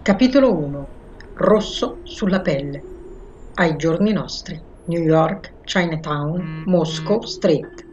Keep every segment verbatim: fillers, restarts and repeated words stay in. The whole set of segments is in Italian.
Capitolo uno. Rosso sulla pelle. Ai giorni nostri. New York, Chinatown, Moscow Street.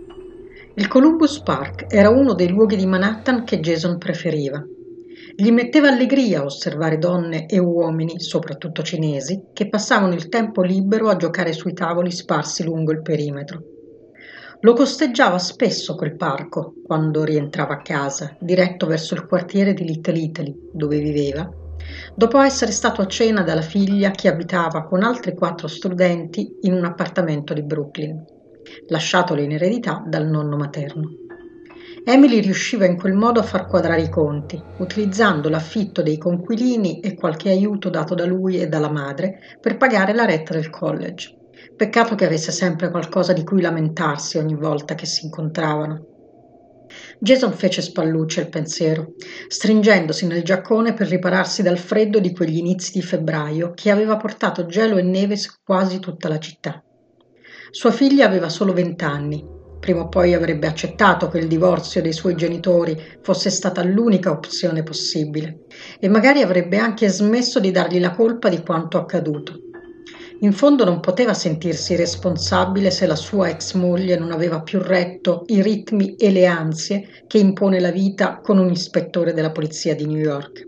Il Columbus Park era uno dei luoghi di Manhattan che Jason preferiva. Gli metteva allegria osservare donne e uomini, soprattutto cinesi, che passavano il tempo libero a giocare sui tavoli sparsi lungo il perimetro. Lo costeggiava spesso quel parco, quando rientrava a casa, diretto verso il quartiere di Little Italy, dove viveva, dopo essere stato a cena dalla figlia che abitava con altri quattro studenti in un appartamento di Brooklyn, lasciatolo in eredità dal nonno materno. Emily riusciva in quel modo a far quadrare i conti, utilizzando l'affitto dei conquilini e qualche aiuto dato da lui e dalla madre per pagare la retta del college. Peccato che avesse sempre qualcosa di cui lamentarsi ogni volta che si incontravano. Jason fece spallucce il pensiero, stringendosi nel giaccone per ripararsi dal freddo di quegli inizi di febbraio che aveva portato gelo e neve su quasi tutta la città. Sua figlia aveva solo vent'anni. Prima o poi avrebbe accettato che il divorzio dei suoi genitori fosse stata l'unica opzione possibile e magari avrebbe anche smesso di dargli la colpa di quanto accaduto. In fondo non poteva sentirsi responsabile se la sua ex moglie non aveva più retto i ritmi e le ansie che impone la vita con un ispettore della polizia di New York.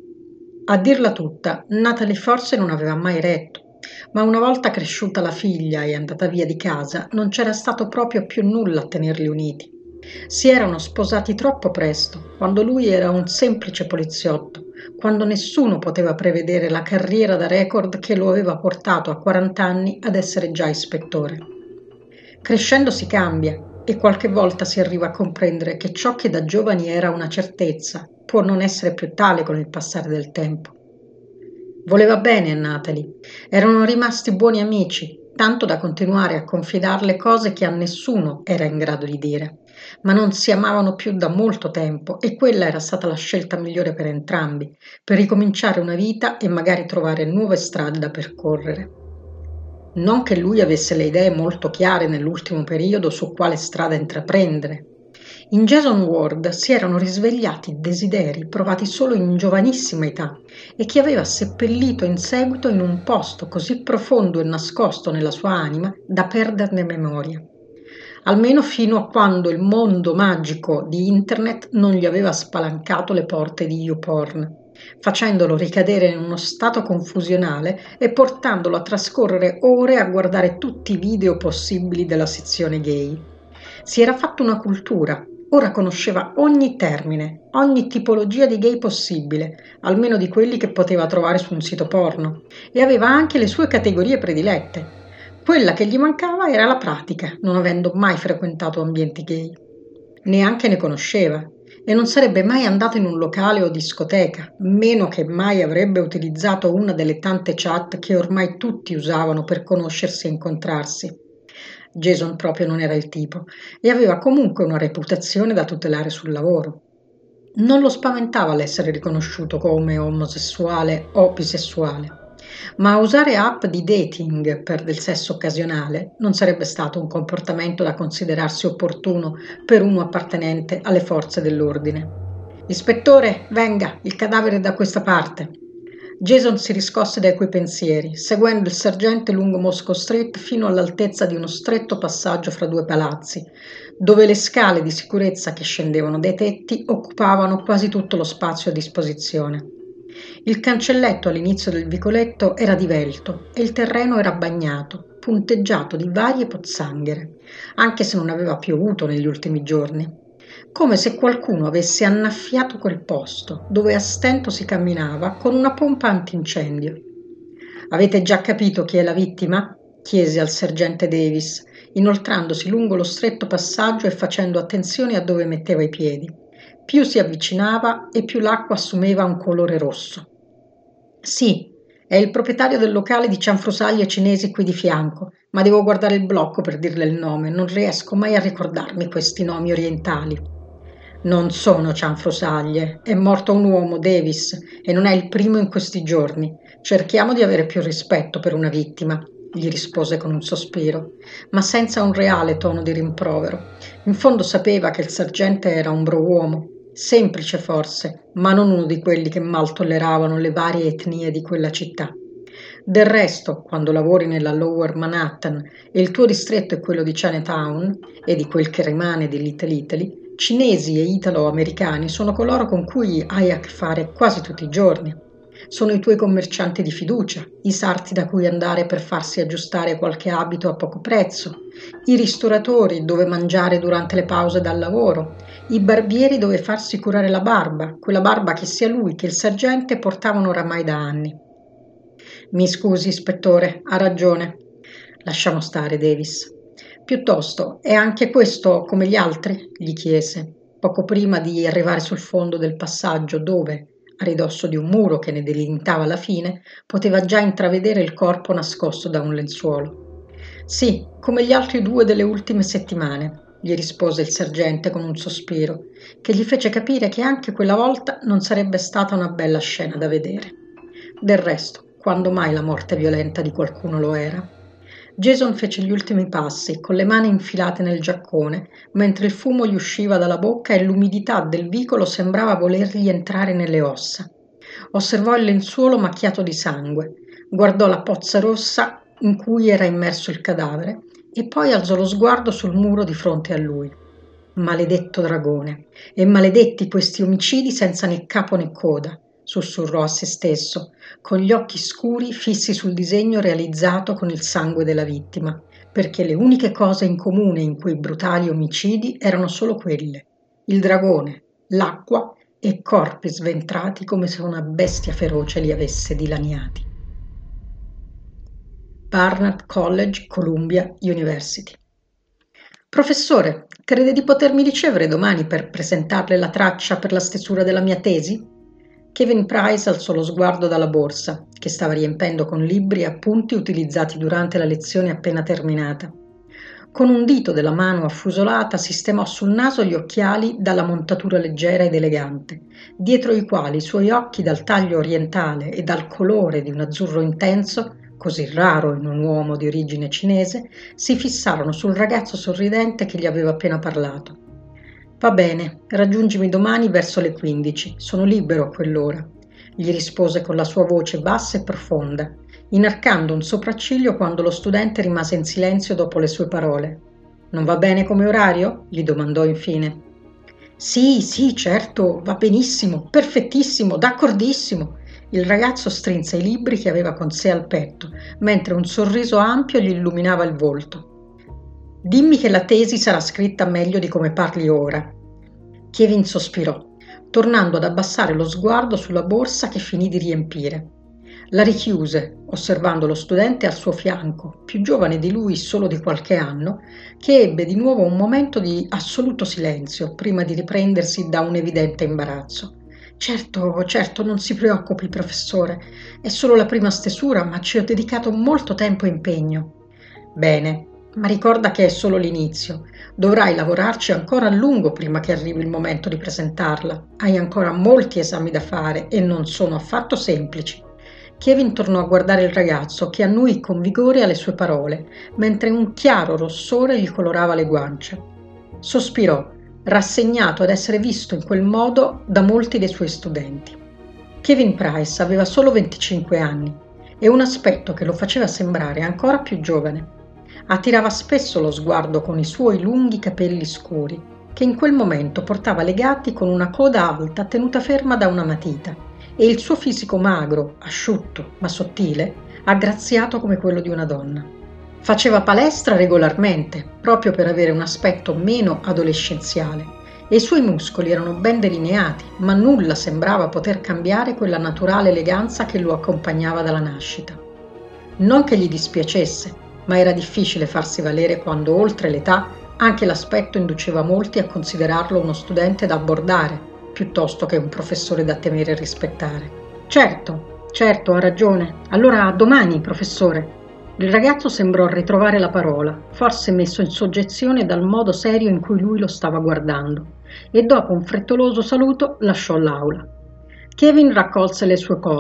A dirla tutta, Natalie forse non aveva mai retto, ma una volta cresciuta la figlia e andata via di casa non c'era stato proprio più nulla a tenerli uniti. Si erano sposati troppo presto, quando lui era un semplice poliziotto, quando nessuno poteva prevedere la carriera da record che lo aveva portato a quaranta anni ad essere già ispettore. Crescendo si cambia e qualche volta si arriva a comprendere che ciò che da giovani era una certezza può non essere più tale con il passare del tempo. Voleva bene a Natalie, erano rimasti buoni amici, tanto da continuare a confidarle cose che a nessuno era in grado di dire, ma non si amavano più da molto tempo e quella era stata la scelta migliore per entrambi, per ricominciare una vita e magari trovare nuove strade da percorrere. Non che lui avesse le idee molto chiare nell'ultimo periodo su quale strada intraprendere. In Jason Ward si erano risvegliati desideri provati solo in giovanissima età e che aveva seppellito in seguito in un posto così profondo e nascosto nella sua anima da perderne memoria. Almeno fino a quando il mondo magico di internet non gli aveva spalancato le porte di YouPorn, facendolo ricadere in uno stato confusionale e portandolo a trascorrere ore a guardare tutti i video possibili della sezione gay. Si era fatto una cultura, ora conosceva ogni termine, ogni tipologia di gay possibile, almeno di quelli che poteva trovare su un sito porno, e aveva anche le sue categorie predilette. Quella che gli mancava era la pratica, non avendo mai frequentato ambienti gay. Neanche ne conosceva e non sarebbe mai andato in un locale o discoteca, meno che mai avrebbe utilizzato una delle tante chat che ormai tutti usavano per conoscersi e incontrarsi. Jason proprio non era il tipo e aveva comunque una reputazione da tutelare sul lavoro. Non lo spaventava l'essere riconosciuto come omosessuale o bisessuale, ma usare app di dating per del sesso occasionale non sarebbe stato un comportamento da considerarsi opportuno per uno appartenente alle forze dell'ordine. Ispettore, venga, il cadavere è da questa parte. Jason si riscosse dai quei pensieri, seguendo il sergente lungo Moscow Street fino all'altezza di uno stretto passaggio fra due palazzi, dove le scale di sicurezza che scendevano dai tetti occupavano quasi tutto lo spazio a disposizione. Il cancelletto all'inizio del vicoletto era divelto e il terreno era bagnato, punteggiato di varie pozzanghere, anche se non aveva piovuto negli ultimi giorni. Come se qualcuno avesse annaffiato quel posto, dove a stento si camminava, con una pompa antincendio. «Avete già capito chi è la vittima?» chiese al sergente Davis, inoltrandosi lungo lo stretto passaggio e facendo attenzione a dove metteva i piedi. Più si avvicinava e più l'acqua assumeva un colore rosso. «Sì, è il proprietario del locale di cianfrusaglie cinesi qui di fianco, ma devo guardare il blocco per dirle il nome, non riesco mai a ricordarmi questi nomi orientali». «Non sono cianfrusaglie, è morto un uomo, Davis, e non è il primo in questi giorni. Cerchiamo di avere più rispetto per una vittima», gli rispose con un sospiro, ma senza un reale tono di rimprovero. In fondo sapeva che il sergente era un brouomo. semplice forse, ma non uno di quelli che mal tolleravano le varie etnie di quella città. Del resto, quando lavori nella Lower Manhattan e il tuo distretto è quello di Chinatown e di quel che rimane di Little Italy, cinesi e italo-americani sono coloro con cui hai a che fare quasi tutti i giorni. Sono i tuoi commercianti di fiducia, i sarti da cui andare per farsi aggiustare qualche abito a poco prezzo, i ristoratori dove mangiare durante le pause dal lavoro, i barbieri dove farsi curare la barba, quella barba che sia lui che il sergente portavano oramai da anni. Mi scusi, ispettore, ha ragione. Lasciamo stare, Davis. Piuttosto, è anche questo come gli altri? Gli chiese, poco prima di arrivare sul fondo del passaggio dove, a ridosso di un muro che ne delimitava la fine, poteva già intravedere il corpo nascosto da un lenzuolo. Sì, come gli altri due delle ultime settimane, gli rispose il sergente con un sospiro, che gli fece capire che anche quella volta non sarebbe stata una bella scena da vedere. Del resto, quando mai la morte violenta di qualcuno lo era? Jason fece gli ultimi passi, con le mani infilate nel giaccone, mentre il fumo gli usciva dalla bocca e l'umidità del vicolo sembrava volergli entrare nelle ossa. Osservò il lenzuolo macchiato di sangue, guardò la pozza rossa in cui era immerso il cadavere e poi alzò lo sguardo sul muro di fronte a lui. Maledetto dragone, e maledetti questi omicidi senza né capo né coda, sussurrò a se stesso, con gli occhi scuri fissi sul disegno realizzato con il sangue della vittima, perché le uniche cose in comune in quei brutali omicidi erano solo quelle: il dragone, l'acqua e corpi sventrati come se una bestia feroce li avesse dilaniati. Barnard College, Columbia University. Professore, crede di potermi ricevere domani per presentarle la traccia per la stesura della mia tesi? Kevin Price alzò lo sguardo dalla borsa, che stava riempendo con libri e appunti utilizzati durante la lezione appena terminata. Con un dito della mano affusolata sistemò sul naso gli occhiali dalla montatura leggera ed elegante, dietro i quali i suoi occhi dal taglio orientale e dal colore di un azzurro intenso, così raro in un uomo di origine cinese, si fissarono sul ragazzo sorridente che gli aveva appena parlato. Va bene, raggiungimi domani verso le quindici, sono libero a quell'ora, gli rispose con la sua voce bassa e profonda, inarcando un sopracciglio quando lo studente rimase in silenzio dopo le sue parole. Non va bene come orario? Gli domandò infine. Sì, sì, certo, va benissimo, perfettissimo, d'accordissimo. Il ragazzo strinse i libri che aveva con sé al petto, mentre un sorriso ampio gli illuminava il volto. Dimmi che la tesi sarà scritta meglio di come parli ora. Kevin sospirò, tornando ad abbassare lo sguardo sulla borsa che finì di riempire. La richiuse, osservando lo studente al suo fianco, più giovane di lui solo di qualche anno, che ebbe di nuovo un momento di assoluto silenzio prima di riprendersi da un evidente imbarazzo. Certo, certo, non si preoccupi, professore. È solo la prima stesura, ma ci ho dedicato molto tempo e impegno. Bene, ma ricorda che è solo l'inizio. Dovrai lavorarci ancora a lungo prima che arrivi il momento di presentarla. Hai ancora molti esami da fare e non sono affatto semplici. Kevin tornò a guardare il ragazzo che annui con vigore alle sue parole, mentre un chiaro rossore gli colorava le guance. Sospirò, rassegnato ad essere visto in quel modo da molti dei suoi studenti. Kevin Price aveva solo venticinque anni e un aspetto che lo faceva sembrare ancora più giovane. Attirava spesso lo sguardo con i suoi lunghi capelli scuri, che in quel momento portava legati con una coda alta tenuta ferma da una matita, e il suo fisico magro, asciutto ma sottile, aggraziato come quello di una donna. Faceva palestra regolarmente, proprio per avere un aspetto meno adolescenziale, e i suoi muscoli erano ben delineati, ma nulla sembrava poter cambiare quella naturale eleganza che lo accompagnava dalla nascita. Non che gli dispiacesse, ma era difficile farsi valere quando, oltre l'età, anche l'aspetto induceva molti a considerarlo uno studente da abbordare, piuttosto che un professore da temere e rispettare. Certo, certo, ha ragione. Allora a domani, professore. Il ragazzo sembrò ritrovare la parola, forse messo in soggezione dal modo serio in cui lui lo stava guardando, e dopo un frettoloso saluto lasciò l'aula. Kevin raccolse le sue cose,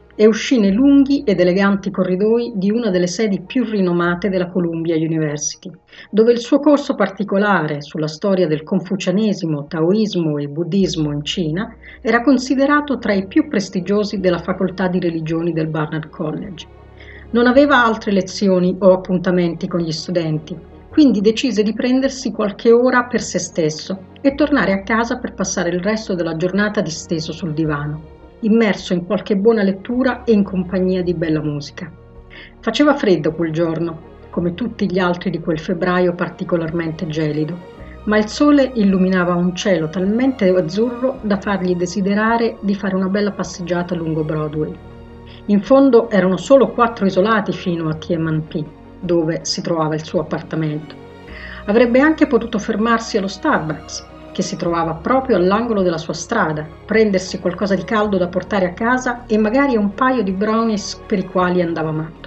e uscì nei lunghi ed eleganti corridoi di una delle sedi più rinomate della Columbia University, dove il suo corso particolare sulla storia del confucianesimo, taoismo e buddismo in Cina era considerato tra i più prestigiosi della facoltà di religioni del Barnard College. Non aveva altre lezioni o appuntamenti con gli studenti, quindi decise di prendersi qualche ora per se stesso e tornare a casa per passare il resto della giornata disteso sul divano, immerso in qualche buona lettura e in compagnia di bella musica. Faceva freddo quel giorno, come tutti gli altri di quel febbraio particolarmente gelido, ma il sole illuminava un cielo talmente azzurro da fargli desiderare di fare una bella passeggiata lungo Broadway. In fondo erano solo quattro isolati fino a Tiananmen, dove si trovava il suo appartamento. Avrebbe anche potuto fermarsi allo Starbucks, che si trovava proprio all'angolo della sua strada, prendersi qualcosa di caldo da portare a casa e magari un paio di brownies per i quali andava matto.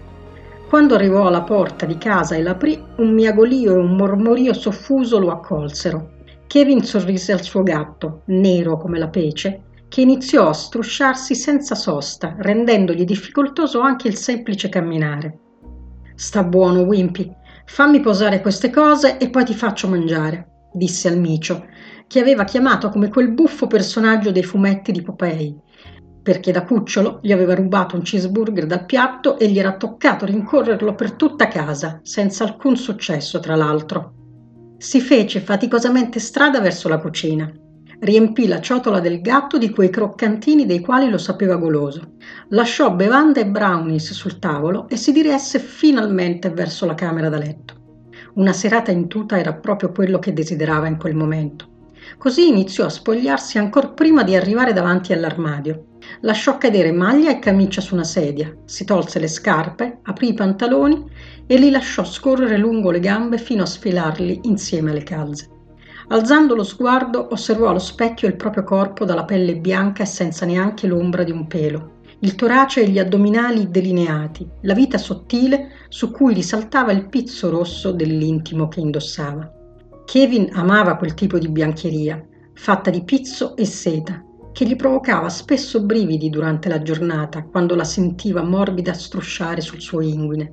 Quando arrivò alla porta di casa e l'aprì, un miagolio e un mormorio soffuso lo accolsero. Kevin sorrise al suo gatto, nero come la pece, che iniziò a strusciarsi senza sosta, rendendogli difficoltoso anche il semplice camminare. «Sta buono, Wimpy. Fammi posare queste cose e poi ti faccio mangiare», disse al micio, che aveva chiamato come quel buffo personaggio dei fumetti di Popeye, perché da cucciolo gli aveva rubato un cheeseburger dal piatto e gli era toccato rincorrerlo per tutta casa, senza alcun successo tra l'altro. Si fece faticosamente strada verso la cucina. Riempì la ciotola del gatto di quei croccantini dei quali lo sapeva goloso, lasciò bevande e brownies sul tavolo e si diresse finalmente verso la camera da letto. Una serata in tuta era proprio quello che desiderava in quel momento. Così iniziò a spogliarsi ancor prima di arrivare davanti all'armadio. Lasciò cadere maglia e camicia su una sedia, si tolse le scarpe, aprì i pantaloni e li lasciò scorrere lungo le gambe fino a sfilarli insieme alle calze. Alzando lo sguardo, osservò allo specchio il proprio corpo dalla pelle bianca e senza neanche l'ombra di un pelo, il torace e gli addominali delineati, la vita sottile su cui risaltava il pizzo rosso dell'intimo che indossava. Kevin amava quel tipo di biancheria, fatta di pizzo e seta, che gli provocava spesso brividi durante la giornata quando la sentiva morbida strusciare sul suo inguine.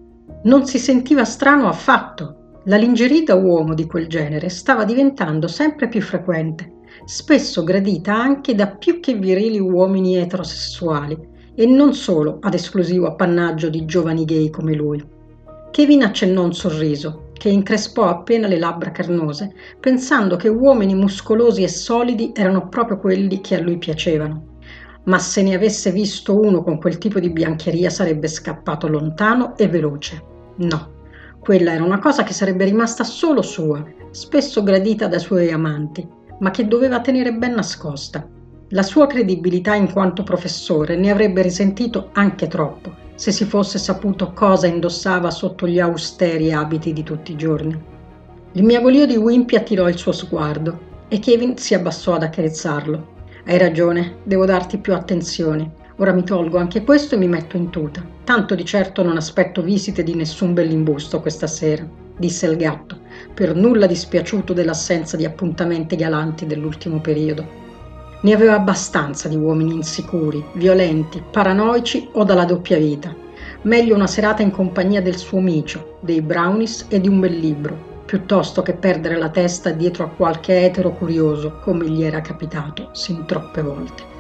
Non si sentiva strano affatto. La lingerie da uomo di quel genere stava diventando sempre più frequente, spesso gradita anche da più che virili uomini eterosessuali e non solo ad esclusivo appannaggio di giovani gay come lui. Kevin accennò un sorriso, che increspò appena le labbra carnose, pensando che uomini muscolosi e solidi erano proprio quelli che a lui piacevano. Ma se ne avesse visto uno con quel tipo di biancheria sarebbe scappato lontano e veloce. No. Quella era una cosa che sarebbe rimasta solo sua, spesso gradita dai suoi amanti, ma che doveva tenere ben nascosta. La sua credibilità in quanto professore ne avrebbe risentito anche troppo, se si fosse saputo cosa indossava sotto gli austeri abiti di tutti i giorni. Il miagolio di Wimpy attirò il suo sguardo e Kevin si abbassò ad accarezzarlo. «Hai ragione, devo darti più attenzione. Ora mi tolgo anche questo e mi metto in tuta. Tanto di certo non aspetto visite di nessun bell'imbusto questa sera», disse il gatto, per nulla dispiaciuto dell'assenza di appuntamenti galanti dell'ultimo periodo. Ne aveva abbastanza di uomini insicuri, violenti, paranoici o dalla doppia vita. Meglio una serata in compagnia del suo micio, dei brownies e di un bel libro, piuttosto che perdere la testa dietro a qualche etero curioso, come gli era capitato sin troppe volte.